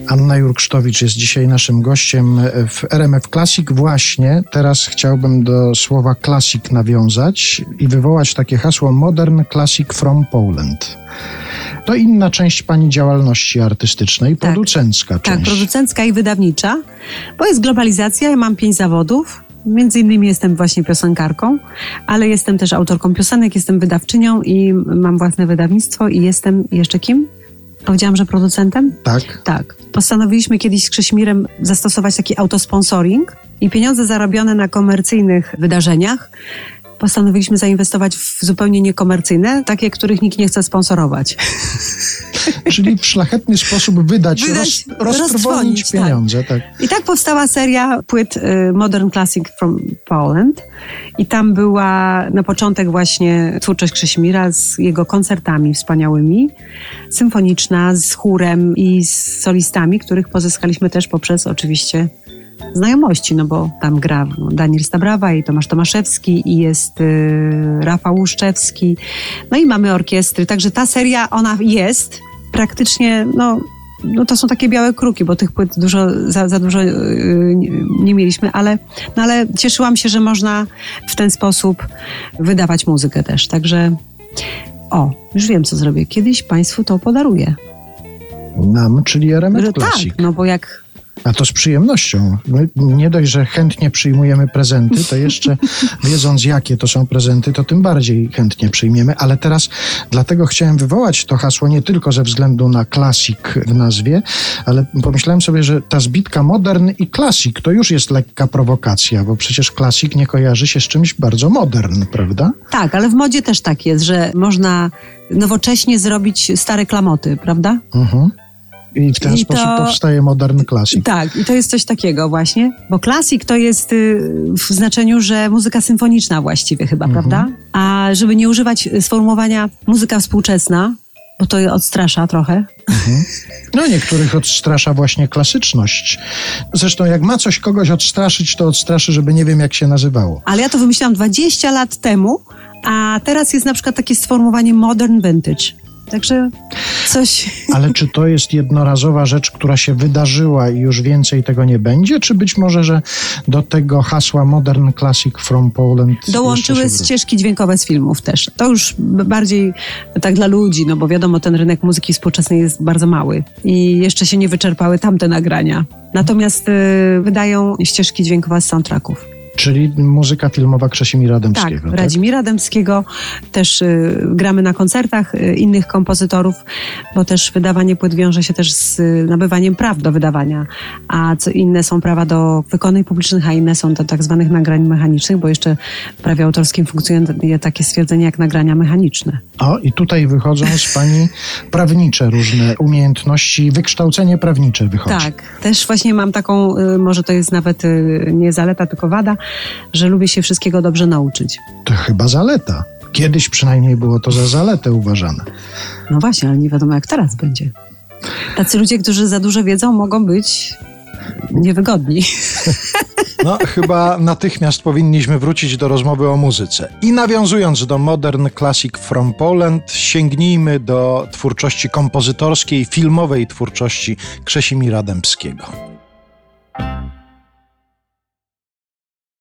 Anna Jurksztowicz jest dzisiaj naszym gościem w RMF Classic. Właśnie teraz chciałbym do słowa classic nawiązać i wywołać takie hasło Modern Classic from Poland. To inna część pani działalności artystycznej, producencka część. Tak, producencka i wydawnicza, bo jest globalizacja, ja mam 5 zawodów. Między innymi jestem właśnie piosenkarką, ale jestem też autorką piosenek, jestem wydawczynią i mam własne wydawnictwo i jestem jeszcze kim? Powiedziałam, że producentem? Tak. Tak. Postanowiliśmy kiedyś z Krześmirem zastosować taki autosponsoring i pieniądze zarobione na komercyjnych wydarzeniach postanowiliśmy zainwestować w zupełnie niekomercyjne, takie, których nikt nie chce sponsorować. Czyli w szlachetny sposób wydać roztrwonić pieniądze. Tak. I tak powstała seria płyt Modern Classic from Poland. I tam była na początek właśnie twórczość Krześmira z jego koncertami wspaniałymi, symfoniczna, z chórem i z solistami, których pozyskaliśmy też poprzez oczywiście znajomości, no bo tam gra Daniel Stabrawa i Tomasz Tomaszewski i jest Rafał Łuszczewski. No i mamy orkiestry, także ta seria, ona jest praktycznie, no to są takie białe kruki, bo tych płyt za dużo nie mieliśmy, ale cieszyłam się, że można w ten sposób wydawać muzykę też. Także już wiem, co zrobię. Kiedyś państwu to podaruję. Nam, czyli RMF Classic. Tak, no bo jak... A to z przyjemnością. My nie dość, że chętnie przyjmujemy prezenty, to jeszcze wiedząc, jakie to są prezenty, to tym bardziej chętnie przyjmiemy. Ale teraz dlatego chciałem wywołać to hasło nie tylko ze względu na klasik w nazwie, ale pomyślałem sobie, że ta zbitka modern i klasik to już jest lekka prowokacja, bo przecież klasik nie kojarzy się z czymś bardzo modern, prawda? Tak, ale w modzie też tak jest, że można nowocześnie zrobić stare klamoty, prawda? Mhm. I w ten sposób powstaje modern classic. Tak, i to jest coś takiego właśnie, bo classic to jest w znaczeniu, że muzyka symfoniczna właściwie chyba, prawda? A żeby nie używać sformułowania muzyka współczesna, bo to je odstrasza trochę. No niektórych odstrasza właśnie klasyczność. Zresztą jak ma coś kogoś odstraszyć, to odstraszy, żeby nie wiem jak się nazywało. Ale ja to wymyśliłam 20 lat temu, a teraz jest na przykład takie sformułowanie modern vintage. Także coś... Ale czy to jest jednorazowa rzecz, która się wydarzyła i już więcej tego nie będzie? Czy być może, że do tego hasła Modern Classic from Poland dołączyły ścieżki dźwiękowe z filmów też. To już bardziej tak dla ludzi, no bo wiadomo, ten rynek muzyki współczesnej jest bardzo mały i jeszcze się nie wyczerpały tamte nagrania. Natomiast wydają ścieżki dźwiękowe z soundtracków. Czyli muzyka filmowa Krzesimira Dębskiego. Tak, Radzimira Dębskiego. Też gramy na koncertach innych kompozytorów, bo też wydawanie płyt wiąże się też z nabywaniem praw do wydawania, a co inne są prawa do wykonań publicznych, a inne są do tak zwanych nagrań mechanicznych, bo jeszcze w prawie autorskim funkcjonuje takie stwierdzenie jak nagrania mechaniczne. I tutaj wychodzą z pani prawnicze różne umiejętności, wykształcenie prawnicze wychodzi. Tak, też właśnie mam taką, może to jest nawet nie zaleta, tylko wada, że lubię się wszystkiego dobrze nauczyć. To chyba zaleta. Kiedyś przynajmniej było to za zaletę uważane. No właśnie, ale nie wiadomo jak teraz będzie. Tacy ludzie, którzy za dużo wiedzą, mogą być niewygodni. No, chyba natychmiast powinniśmy wrócić do rozmowy o muzyce. I nawiązując do Modern Classic from Poland, sięgnijmy do twórczości kompozytorskiej, filmowej twórczości Krzesimira Dębskiego.